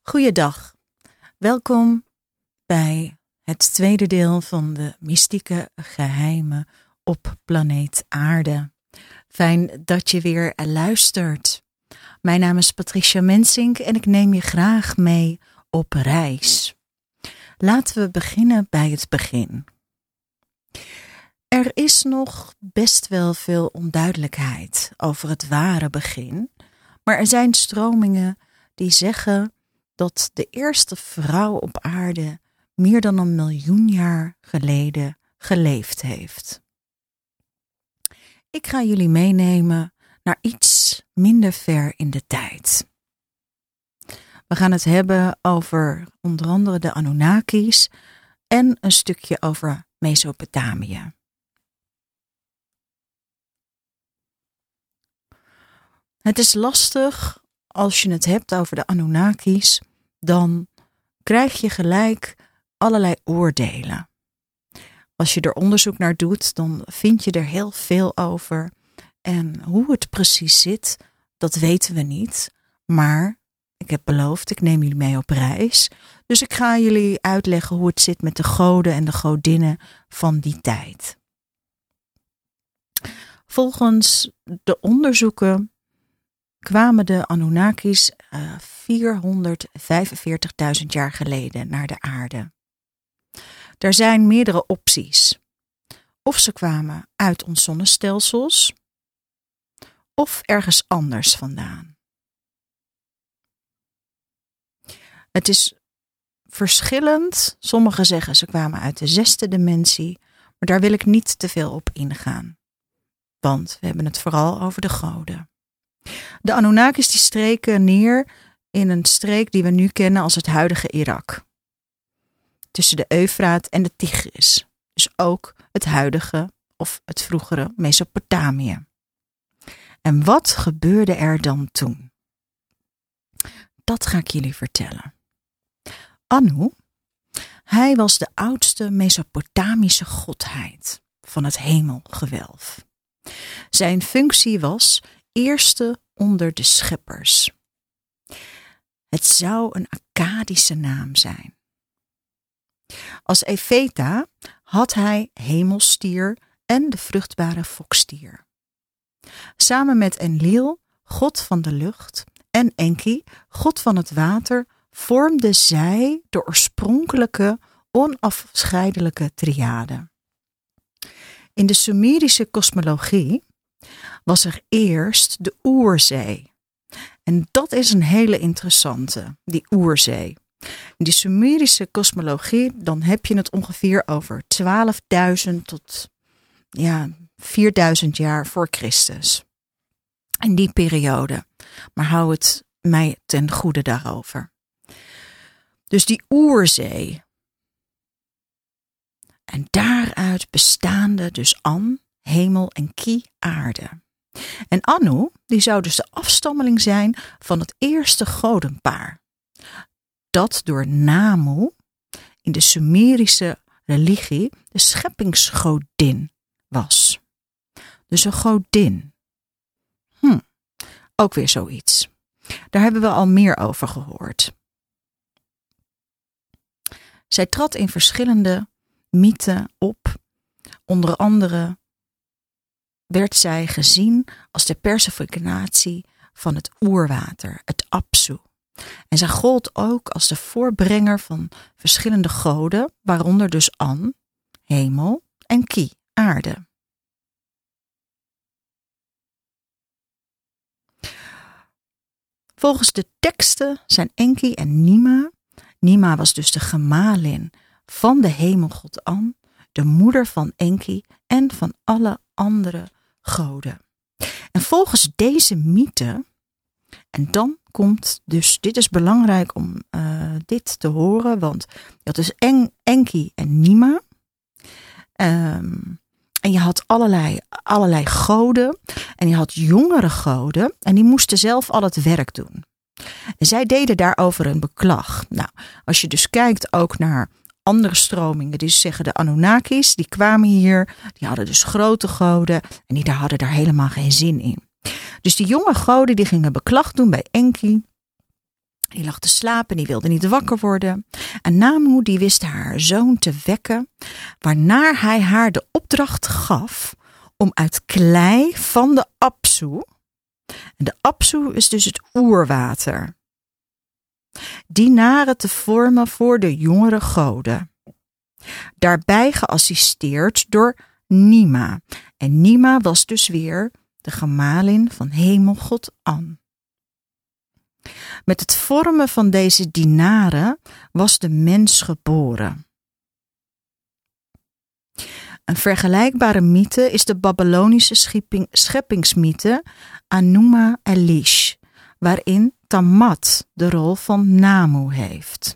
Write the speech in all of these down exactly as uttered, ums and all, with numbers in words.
Goeiedag, welkom bij het tweede deel van de mystieke geheimen op planeet Aarde. Fijn dat je weer luistert. Mijn naam is Patricia Mensink en ik neem je graag mee op reis. Laten we beginnen bij het begin. Er is nog best wel veel onduidelijkheid over het ware begin, maar er zijn stromingen die zeggen dat de eerste vrouw op aarde meer dan een miljoen jaar geleden geleefd heeft. Ik ga jullie meenemen naar iets minder ver in de tijd. We gaan het hebben over onder andere de Anunnakis en een stukje over Mesopotamië. Het is lastig als je het hebt over de Anunnakis, dan krijg je gelijk allerlei oordelen. Als je er onderzoek naar doet, dan vind je er heel veel over. En hoe het precies zit, dat weten we niet. Maar ik heb beloofd, ik neem jullie mee op reis. Dus ik ga jullie uitleggen hoe het zit met de goden en de godinnen van die tijd. Volgens de onderzoeken kwamen de Anunnakis uh, vierhonderdvijfenveertigduizend jaar geleden naar de aarde. Er zijn meerdere opties. Of ze kwamen uit ons zonnestelsels, of ergens anders vandaan. Het is verschillend. Sommigen zeggen ze kwamen uit de zesde dimensie, maar daar wil ik niet te veel op ingaan. Want we hebben het vooral over de goden. De Anunnakis die streken neer in een streek die we nu kennen als het huidige Irak. Tussen de Eufraat en de Tigris. Dus ook het huidige of het vroegere Mesopotamië. En wat gebeurde er dan toen? Dat ga ik jullie vertellen. Anu, hij was de oudste Mesopotamische godheid van het hemelgewelf. Zijn functie was eerste onder de scheppers. Het zou een Akkadische naam zijn. Als Epheta had hij hemelstier en de vruchtbare fokstier. Samen met Enlil, god van de lucht, en Enki, god van het water, vormden zij de oorspronkelijke, onafscheidelijke triade. In de Sumerische kosmologie was er eerst de Oerzee. En dat is een hele interessante, die Oerzee. In de Sumerische kosmologie, dan heb je het ongeveer over twaalfduizend tot ja, vierduizend jaar voor Christus. In die periode. Maar hou het mij ten goede daarover. Dus die Oerzee. En daaruit bestaande dus An, hemel en Ki, aarde. En Anu, die zou dus de afstammeling zijn van het eerste godenpaar. Dat door Namu in de Sumerische religie de scheppingsgodin was. Dus een godin. Hm, ook weer zoiets. Daar hebben we al meer over gehoord. Zij trad in verschillende mythen op. Onder andere werd zij gezien als de personificatie van het oerwater, het Apsu. En zij gold ook als de voorbrenger van verschillende goden, waaronder dus An, hemel, en Ki, aarde. Volgens de teksten zijn Enki en Nima, Nima was dus de gemalin van de hemelgod An, de moeder van Enki en van alle andere goden. En volgens deze mythe, en dan komt dus, dit is belangrijk om uh, dit te horen, want dat is en, Enki en Nima. Um, en je had allerlei, allerlei goden en je had jongere goden en die moesten zelf al het werk doen. En zij deden daarover een beklag. Nou, als je dus kijkt ook naar andere stromingen, die zeggen de Anunnakis, die kwamen hier, die hadden dus grote goden en die daar hadden daar helemaal geen zin in. Dus die jonge goden die gingen beklag doen bij Enki Die lag te slapen, die wilde niet wakker worden. En Namu die wist haar zoon te wekken, waarna hij haar de opdracht gaf om uit klei van de Apsu, en de Apsu is dus het oerwater, dienaren te vormen voor de jongere goden. Daarbij geassisteerd door Nima. En Nima was dus weer de gemalin van hemelgod An. Met het vormen van deze dienaren was de mens geboren. Een vergelijkbare mythe is de Babylonische schepping, scheppingsmythe Enuma Elish, waarin Tamat de rol van Namu heeft.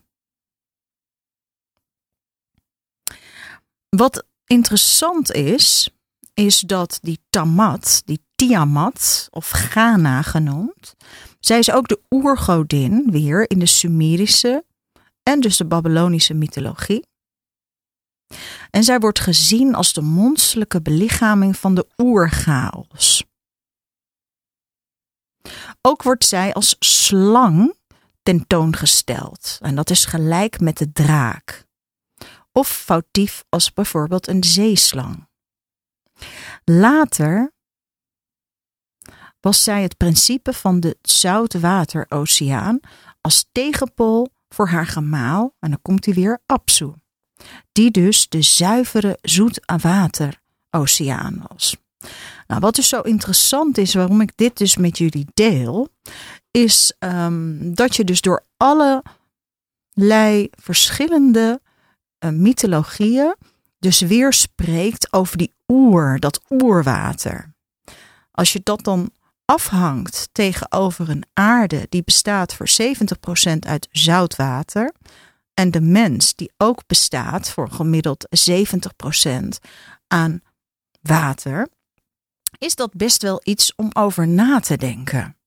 Wat interessant is, is dat die Tamat, die Tiamat of Ghana genoemd, zij is ook de oergodin weer in de Sumerische en dus de Babylonische mythologie. En zij wordt gezien als de monsterlijke belichaming van de oerchaos. Ook wordt zij als slang tentoongesteld. En dat is gelijk met de draak. Of foutief als bijvoorbeeld een zeeslang. Later was zij het principe van de zoutwateroceaan als tegenpool voor haar gemaal, en dan komt hij weer, Apsu, die dus de zuivere zoetwateroceaan was. Nou, wat dus zo interessant is, waarom ik dit dus met jullie deel, is um, dat je dus door allerlei verschillende uh, mythologieën dus weer spreekt over die oer, dat oerwater. Als je dat dan afhangt tegenover een aarde die bestaat voor zeventig procent uit zoutwater en de mens die ook bestaat voor gemiddeld zeventig procent aan water, is dat best wel iets om over na te denken.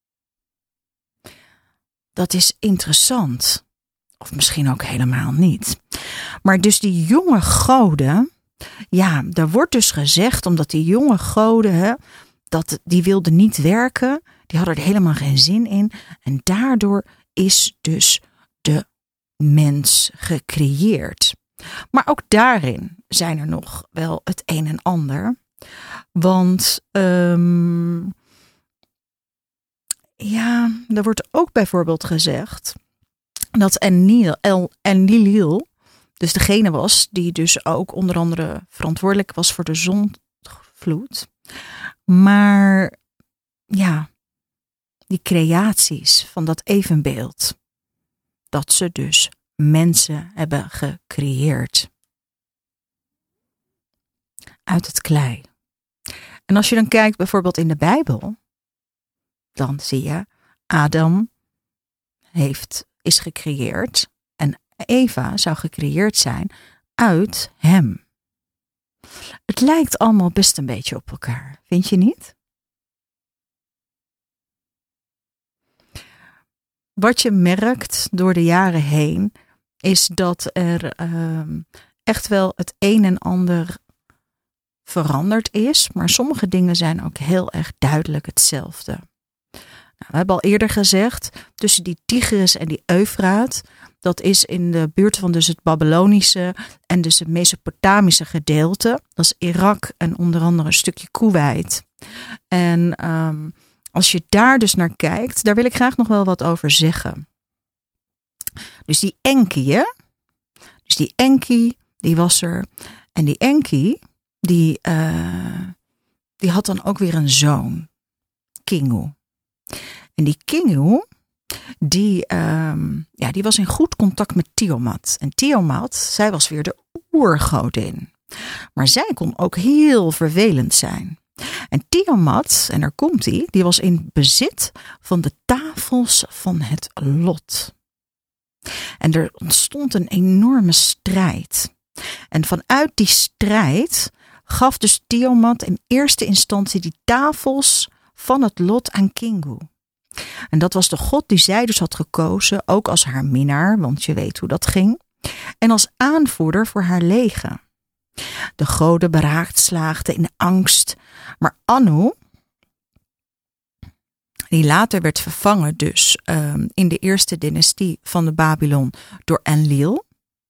Dat is interessant. Of misschien ook helemaal niet. Maar dus die jonge goden, ja, daar wordt dus gezegd, omdat die jonge goden, hè, dat, die wilden niet werken, die hadden er helemaal geen zin in. En daardoor is dus de mens gecreëerd. Maar ook daarin zijn er nog wel het een en ander. Want um, ja, er wordt ook bijvoorbeeld gezegd dat Enlil, El, Enlil dus degene was die dus ook onder andere verantwoordelijk was voor de zondvloed. Maar ja, die creaties van dat evenbeeld, dat ze dus mensen hebben gecreëerd uit het klei. En als je dan kijkt bijvoorbeeld in de Bijbel, dan zie je Adam heeft, is gecreëerd en Eva zou gecreëerd zijn uit hem. Het lijkt allemaal best een beetje op elkaar, vind je niet? Wat je merkt door de jaren heen is dat er um, echt wel het een en ander veranderd is, maar sommige dingen zijn ook heel erg duidelijk hetzelfde. Nou, we hebben al eerder gezegd, tussen die Tigris en die Eufraat, dat is in de buurt van dus het Babylonische en dus het Mesopotamische gedeelte. Dat is Irak en onder andere een stukje Koeweit. En um, als je daar dus naar kijkt, daar wil ik graag nog wel wat over zeggen. Dus die Enki, hè? Dus die Enki, die was er. En die Enki, die, uh, die had dan ook weer een zoon, Kingu. En die Kingu, die, um, ja, die was in goed contact met Tiamat. En Tiamat, zij was weer de oergodin. Maar zij kon ook heel vervelend zijn. En Tiamat, en daar komt hij, die was in bezit van de tafels van het lot. En er ontstond een enorme strijd. En vanuit die strijd gaf dus Tiamat in eerste instantie die tafels van het lot aan Kingu. En dat was de god die zij dus had gekozen, ook als haar minnaar, want je weet hoe dat ging. En als aanvoerder voor haar leger. De goden beraadslaagden in angst. Maar Anu, Die later werd vervangen dus um, in de eerste dynastie van de Babylon door Enlil.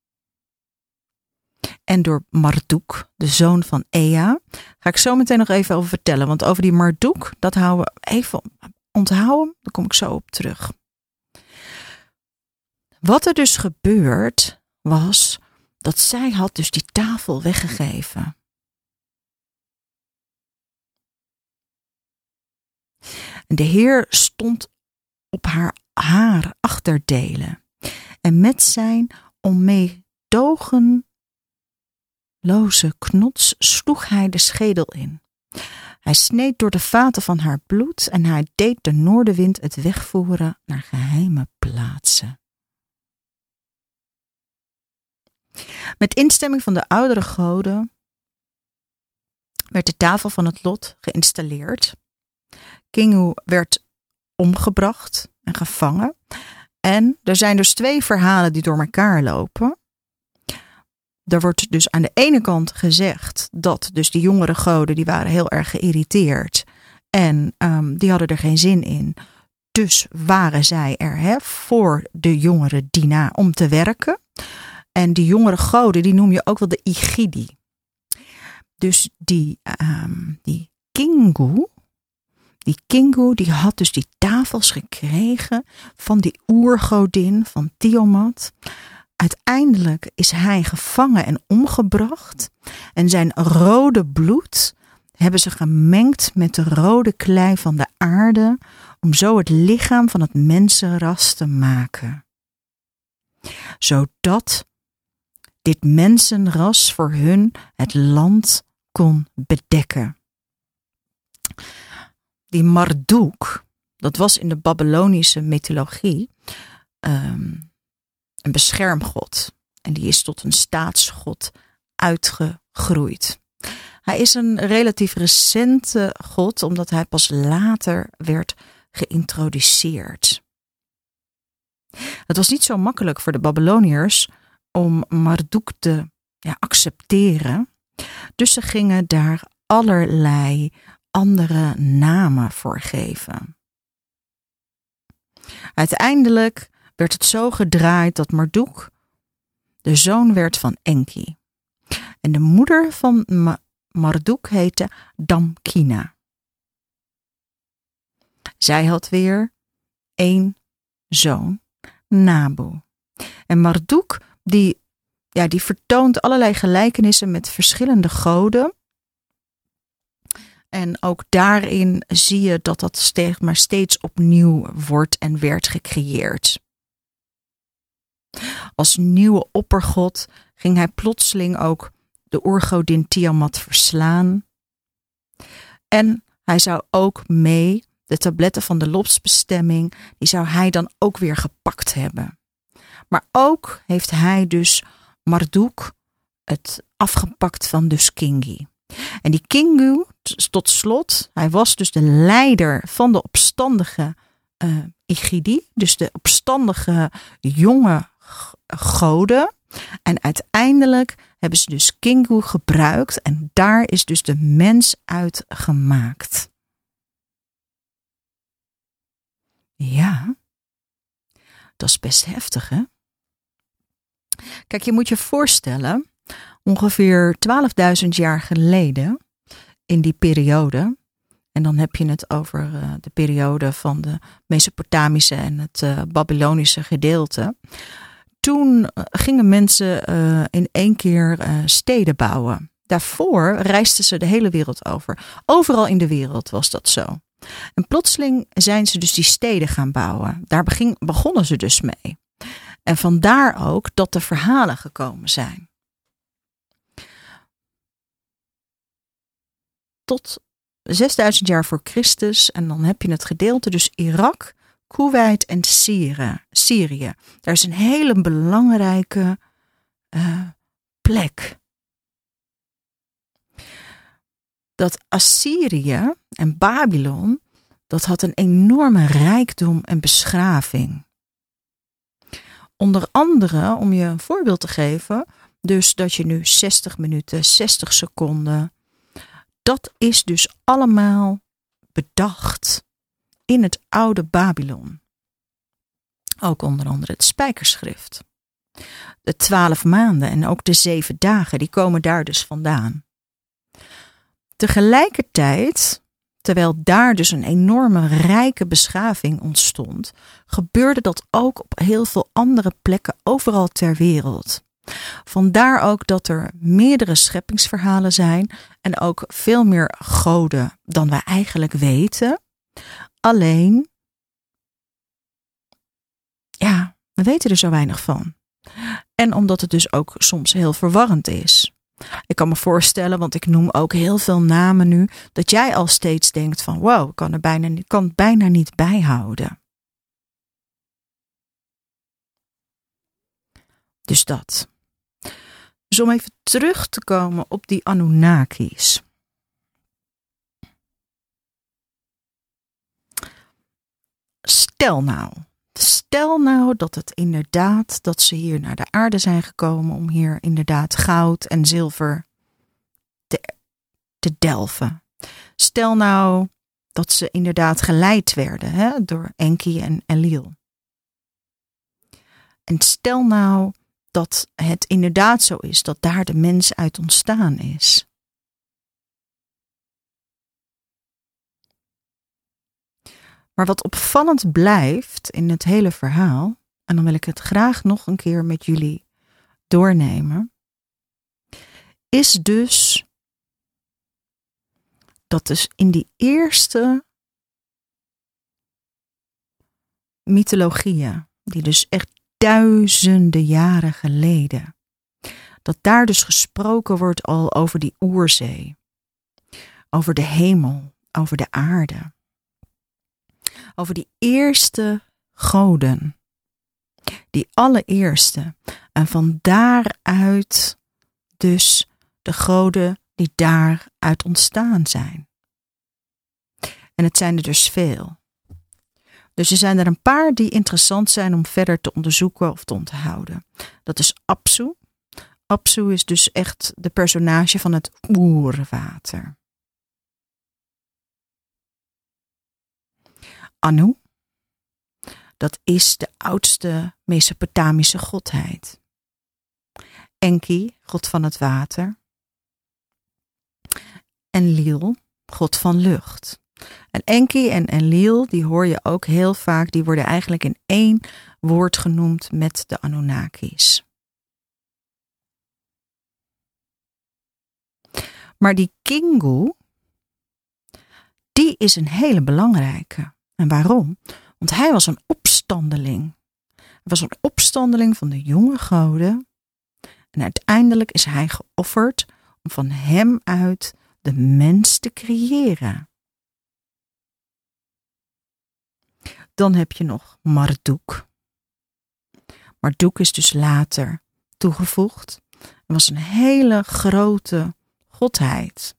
En door Marduk, de zoon van Ea. Ga ik zo meteen nog even over vertellen. Want over die Marduk, dat houden we even onthouden. Daar kom ik zo op terug. Wat er dus gebeurt, was dat zij had dus die tafel weggegeven. En de Heer stond op haar, haar achterdelen. En met zijn onmeedogenloze knots sloeg hij de schedel in. Hij sneed door de vaten van haar bloed en hij deed de noordenwind het wegvoeren naar geheime plaatsen. Met instemming van de oudere goden werd de tafel van het lot geïnstalleerd. Kingu werd omgebracht en gevangen. En er zijn dus twee verhalen die door elkaar lopen. Er wordt dus aan de ene kant gezegd dat dus die jongere goden die waren heel erg geïrriteerd. En um, die hadden er geen zin in. Dus waren zij er hè, voor de jongere Dina om te werken. En die jongere goden die noem je ook wel de Igidi. Dus die, um, die Kingu... Die Kingu die had dus die tafels gekregen van die oergodin van Tiamat. Uiteindelijk is hij gevangen en omgebracht. En zijn rode bloed hebben ze gemengd met de rode klei van de aarde. Om zo het lichaam van het mensenras te maken. Zodat dit mensenras voor hun het land kon bedekken. Die Marduk, dat was in de Babylonische mythologie um, een beschermgod. En die is tot een staatsgod uitgegroeid. Hij is een relatief recente god, omdat hij pas later werd geïntroduceerd. Het was niet zo makkelijk voor de Babyloniërs om Marduk te ja, accepteren. Dus ze gingen daar allerlei andere namen voor geven. Uiteindelijk werd het zo gedraaid dat Marduk de zoon werd van Enki. En de moeder van Ma- Marduk heette Damkina. Zij had weer één zoon, Nabu. En Marduk die, ja, die vertoont allerlei gelijkenissen met verschillende goden. En ook daarin zie je dat dat steeds, maar steeds opnieuw wordt en werd gecreëerd. Als nieuwe oppergod ging hij plotseling ook de oergodin Tiamat verslaan. En hij zou ook mee de tabletten van de lotsbestemming, die zou hij dan ook weer gepakt hebben. Maar ook heeft hij dus Marduk het afgepakt van dus Kingi. En die Kingu, tot slot, hij was dus de leider van de opstandige uh, Igidi, dus de opstandige jonge goden. En uiteindelijk hebben ze dus Kingu gebruikt en daar is dus de mens uit gemaakt. Ja, dat is best heftig, hè? Kijk, je moet je voorstellen, ongeveer twaalfduizend jaar geleden, in die periode, en dan heb je het over uh, de periode van de Mesopotamische en het uh, Babylonische gedeelte. Toen uh, gingen mensen uh, in één keer uh, steden bouwen. Daarvoor reisden ze de hele wereld over. Overal in de wereld was dat zo. En plotseling zijn ze dus die steden gaan bouwen. Daar begin, begonnen ze dus mee. En vandaar ook dat de verhalen gekomen zijn. Tot zesduizend jaar voor Christus. En dan heb je het gedeelte dus Irak, Kuwait en Syrië. Syrië. Daar is een hele belangrijke uh, plek. Dat Assyrië en Babylon, dat had een enorme rijkdom en beschaving. Onder andere, om je een voorbeeld te geven, dus dat je nu zestig minuten, zestig seconden, dat is dus allemaal bedacht in het oude Babylon. Ook onder andere het spijkerschrift. De twaalf maanden en ook de zeven dagen, die komen daar dus vandaan. Tegelijkertijd, terwijl daar dus een enorme rijke beschaving ontstond, gebeurde dat ook op heel veel andere plekken overal ter wereld. Vandaar ook dat er meerdere scheppingsverhalen zijn en ook veel meer goden dan wij eigenlijk weten. Alleen, ja, we weten er zo weinig van. En omdat het dus ook soms heel verwarrend is. Ik kan me voorstellen, want ik noem ook heel veel namen nu, dat jij al steeds denkt van wow, ik kan, er bijna, ik kan het bijna niet bijhouden. Dus dat. Dus om even terug te komen op die Anunnakis. Stel nou, stel nou dat het inderdaad, dat ze hier naar de aarde zijn gekomen om hier inderdaad goud en zilver te, te delven. Stel nou dat ze inderdaad geleid werden hè, door Enki en Enlil. En stel nou dat het inderdaad zo is dat daar de mens uit ontstaan is. Maar wat opvallend blijft in het hele verhaal, en dan wil ik het graag nog een keer met jullie doornemen, is dus dat dus in die eerste mythologieën, die dus echt duizenden jaren geleden, dat daar dus gesproken wordt al over die oerzee, over de hemel, over de aarde, over die eerste goden, die allereerste, en van daaruit dus de goden die daaruit ontstaan zijn. En het zijn er dus veel. Dus er zijn er een paar die interessant zijn om verder te onderzoeken of te onthouden. Dat is Apsu. Apsu is dus echt de personage van het oerwater. Anu, dat is de oudste Mesopotamische godheid. Enki, god van het water. Enlil, god van lucht. En Enki en Enlil, die hoor je ook heel vaak, die worden eigenlijk in één woord genoemd met de Anunnakis. Maar die Kingu, die is een hele belangrijke. En waarom? Want hij was een opstandeling. Hij was een opstandeling van de jonge goden. En uiteindelijk is hij geofferd om van hem uit de mens te creëren. Dan heb je nog Marduk. Marduk is dus later toegevoegd. Hij was een hele grote godheid.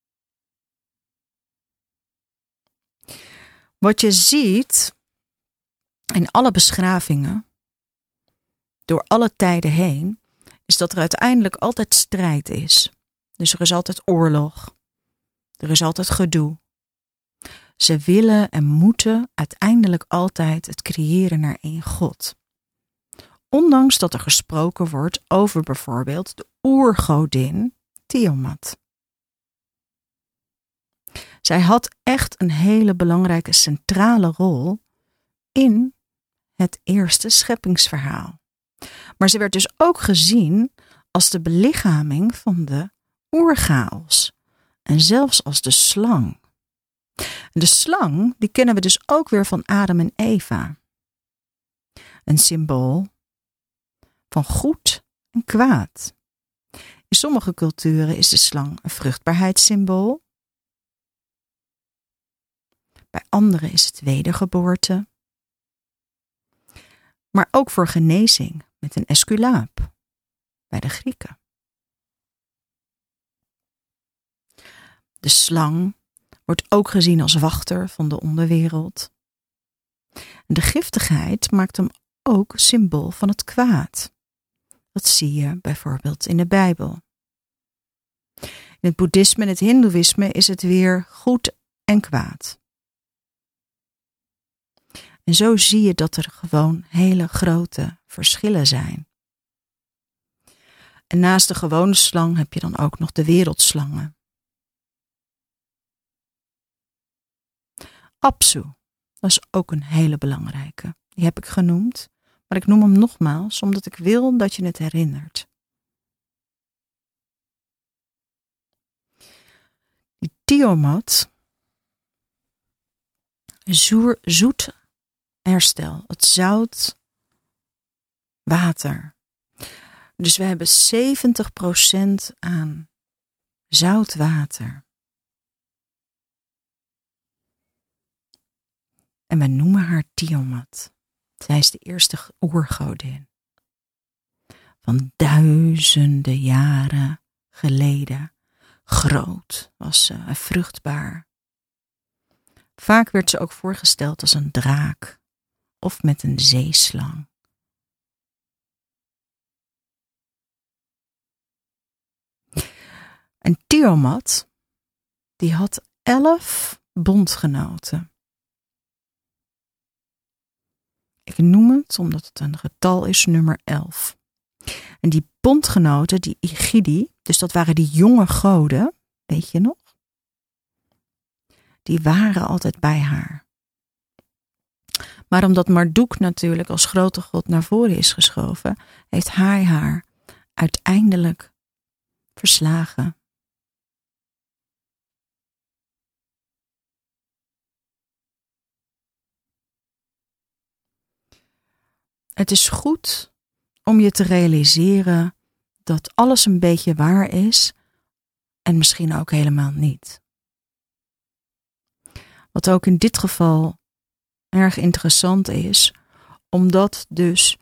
Wat je ziet in alle beschavingen, door alle tijden heen, is dat er uiteindelijk altijd strijd is. Dus er is altijd oorlog. Er is altijd gedoe. Ze willen en moeten uiteindelijk altijd het creëren naar één God. Ondanks dat er gesproken wordt over bijvoorbeeld de oergodin Tiamat. Zij had echt een hele belangrijke centrale rol in het eerste scheppingsverhaal. Maar ze werd dus ook gezien als de belichaming van de oerchaos en zelfs als de slang. De slang, die kennen we dus ook weer van Adam en Eva. Een symbool van goed en kwaad. In sommige culturen is de slang een vruchtbaarheidssymbool. Bij anderen is het wedergeboorte. Maar ook voor genezing met een esculaap bij de Grieken. De slang wordt ook gezien als wachter van de onderwereld. De giftigheid maakt hem ook symbool van het kwaad. Dat zie je bijvoorbeeld in de Bijbel. In het boeddhisme en het hindoeïsme is het weer goed en kwaad. En zo zie je dat er gewoon hele grote verschillen zijn. En naast de gewone slang heb je dan ook nog de wereldslangen. Apsu, dat is ook een hele belangrijke. Die heb ik genoemd, maar ik noem hem nogmaals omdat ik wil dat je het herinnert. Die Tiamat, zoer, zoet herstel, het zout water. Dus we hebben zeventig procent aan zout water. En we noemen haar Tiamat. Zij is de eerste oergodin. Van duizenden jaren geleden. Groot was ze en vruchtbaar. Vaak werd ze ook voorgesteld als een draak of met een zeeslang. En Tiamat, die had elf bondgenoten. Ik noem het omdat het een getal is, nummer elf. En die bondgenoten, die Igidi, dus dat waren die jonge goden, weet je nog? Die waren altijd bij haar. Maar omdat Marduk natuurlijk als grote god naar voren is geschoven, heeft hij haar uiteindelijk verslagen. Het is goed om je te realiseren dat alles een beetje waar is en misschien ook helemaal niet. Wat ook in dit geval erg interessant is, omdat dus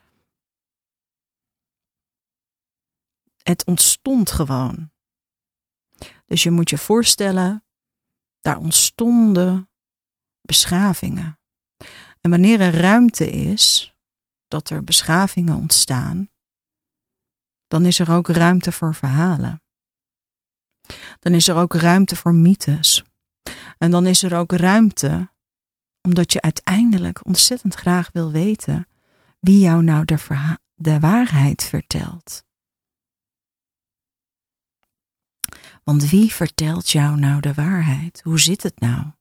het ontstond gewoon. Dus je moet je voorstellen, daar ontstonden beschavingen. En wanneer er ruimte is dat er beschavingen ontstaan, dan is er ook ruimte voor verhalen. Dan is er ook ruimte voor mythes. En dan is er ook ruimte, omdat je uiteindelijk ontzettend graag wil weten wie jou nou de, verha- de waarheid vertelt. Want wie vertelt jou nou de waarheid? Hoe zit het nou?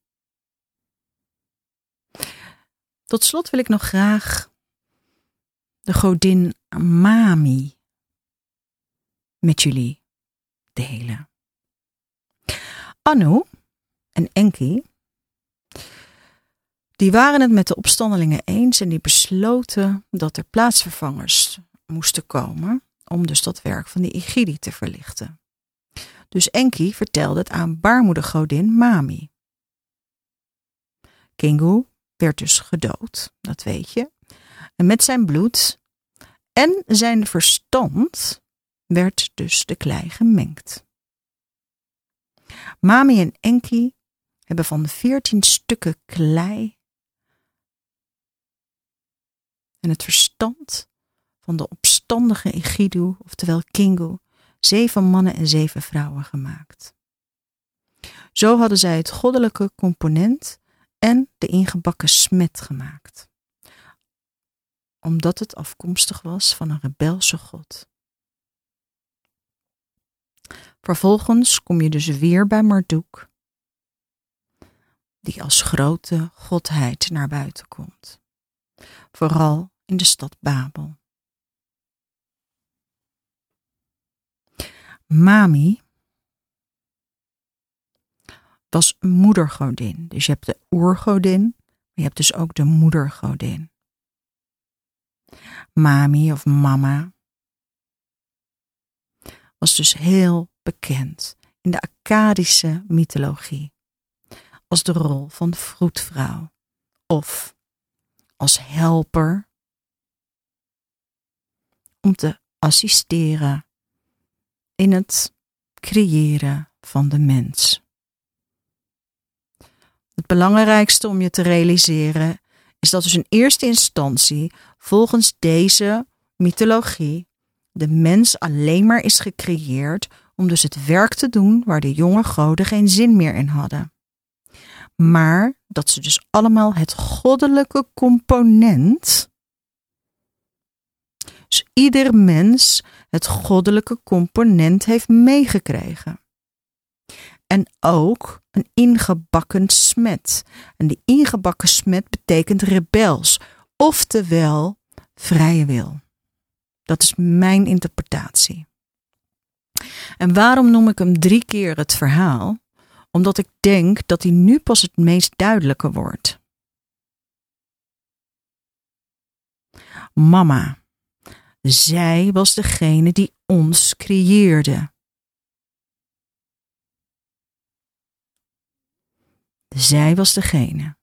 Tot slot wil ik nog graag de godin Mami met jullie delen. Anu en Enki, die waren het met de opstandelingen eens en die besloten dat er plaatsvervangers moesten komen om dus dat werk van die Igidi te verlichten. Dus Enki vertelde het aan baarmoedergodin Mami. Kingu werd dus gedood, dat weet je. En met zijn bloed en zijn verstand werd dus de klei gemengd. Mami en Enki hebben van de veertien stukken klei en het verstand van de opstandige Enkidu, oftewel Kingu, zeven mannen en zeven vrouwen gemaakt. Zo hadden zij het goddelijke component en de ingebakken smet gemaakt, omdat het afkomstig was van een rebelse god. Vervolgens kom je dus weer bij Marduk, die als grote godheid naar buiten komt. Vooral in de stad Babel. Mami was een moedergodin. Dus je hebt de oergodin, maar je hebt dus ook de moedergodin. Mami of mama was dus heel bekend in de Akkadische mythologie als de rol van vroedvrouw of als helper om te assisteren in het creëren van de mens. Het belangrijkste om je te realiseren is dat dus in eerste instantie volgens deze mythologie de mens alleen maar is gecreëerd om dus het werk te doen waar de jonge goden geen zin meer in hadden. Maar dat ze dus allemaal het goddelijke component, dus ieder mens het goddelijke component heeft meegekregen. En ook een ingebakken smet. En die ingebakken smet betekent rebels, oftewel vrije wil. Dat is mijn interpretatie. En waarom noem ik hem drie keer het verhaal? Omdat ik denk dat hij nu pas het meest duidelijke wordt. Mama, zij was degene die ons creëerde. Zij was degene.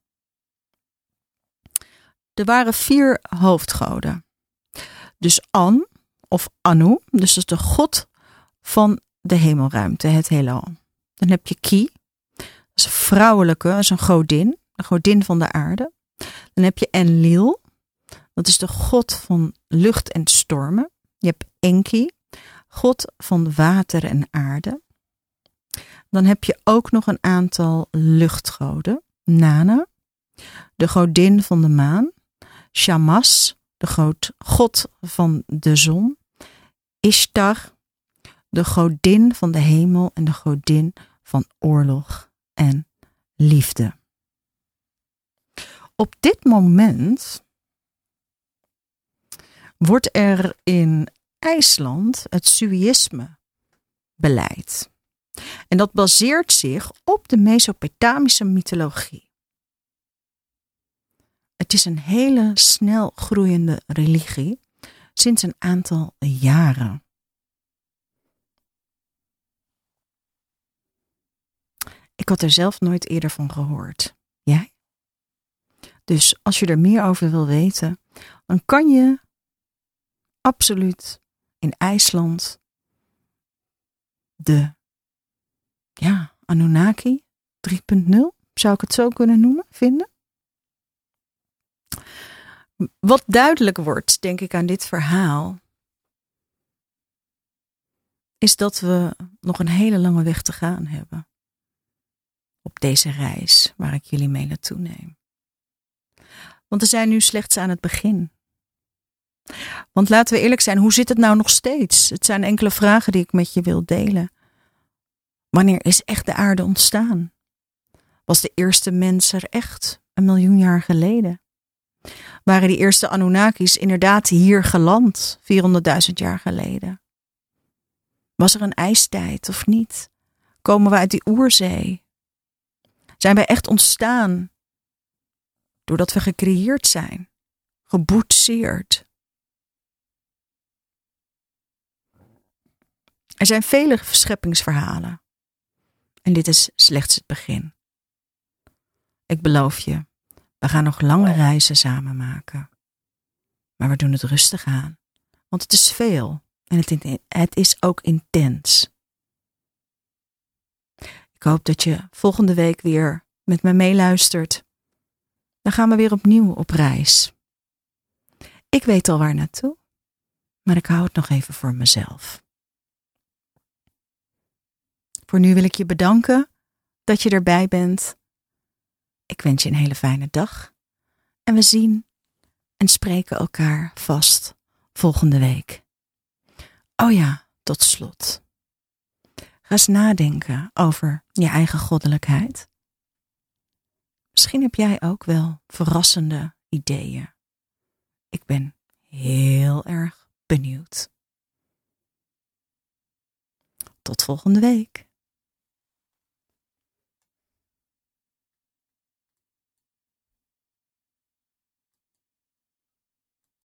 Er waren vier hoofdgoden. Dus An of Anu, dus dat is de god van de hemelruimte, het heelal. Dan heb je Ki, dat is een vrouwelijke, dat is een godin, de godin van de aarde. Dan heb je Enlil, dat is de god van lucht en stormen. Je hebt Enki, god van water en aarde. Dan heb je ook nog een aantal luchtgoden. Nana, de godin van de maan. Shamash, de god, god van de zon. Ishtar, de godin van de hemel en de godin van oorlog en liefde. Op dit moment wordt er in IJsland het Suïsme beleid. En dat baseert zich op de Mesopotamische mythologie. Het is een hele snel groeiende religie sinds een aantal jaren. Ik had er zelf nooit eerder van gehoord. Jij? Dus als je er meer over wil weten, dan kan je absoluut in IJsland de ja, Anunnaki drie punt nul, zou ik het zo kunnen noemen, vinden. Wat duidelijk wordt, denk ik, aan dit verhaal, is dat we nog een hele lange weg te gaan hebben. Op deze reis waar ik jullie mee naartoe neem. Want we zijn nu slechts aan het begin. Want laten we eerlijk zijn, hoe zit het nou nog steeds? Het zijn enkele vragen die ik met je wil delen. Wanneer is echt de aarde ontstaan? Was de eerste mens er echt een miljoen jaar geleden? Waren die eerste Anunnakis inderdaad hier geland vierhonderdduizend jaar geleden? Was er een ijstijd of niet? Komen we uit die oerzee? Zijn wij echt ontstaan doordat we gecreëerd zijn, geboetseerd? Er zijn vele scheppingsverhalen en dit is slechts het begin. Ik beloof je, we gaan nog lange reizen samen maken. Maar we doen het rustig aan, want het is veel en het, het is ook intens. Ik hoop dat je volgende week weer met me meeluistert. Dan gaan we weer opnieuw op reis. Ik weet al waar naartoe, maar ik hou het nog even voor mezelf. Voor nu wil ik je bedanken dat je erbij bent. Ik wens je een hele fijne dag. En we zien en spreken elkaar vast volgende week. Oh ja, tot slot. Ga eens nadenken over je eigen goddelijkheid. Misschien heb jij ook wel verrassende ideeën. Ik ben heel erg benieuwd. Tot volgende week.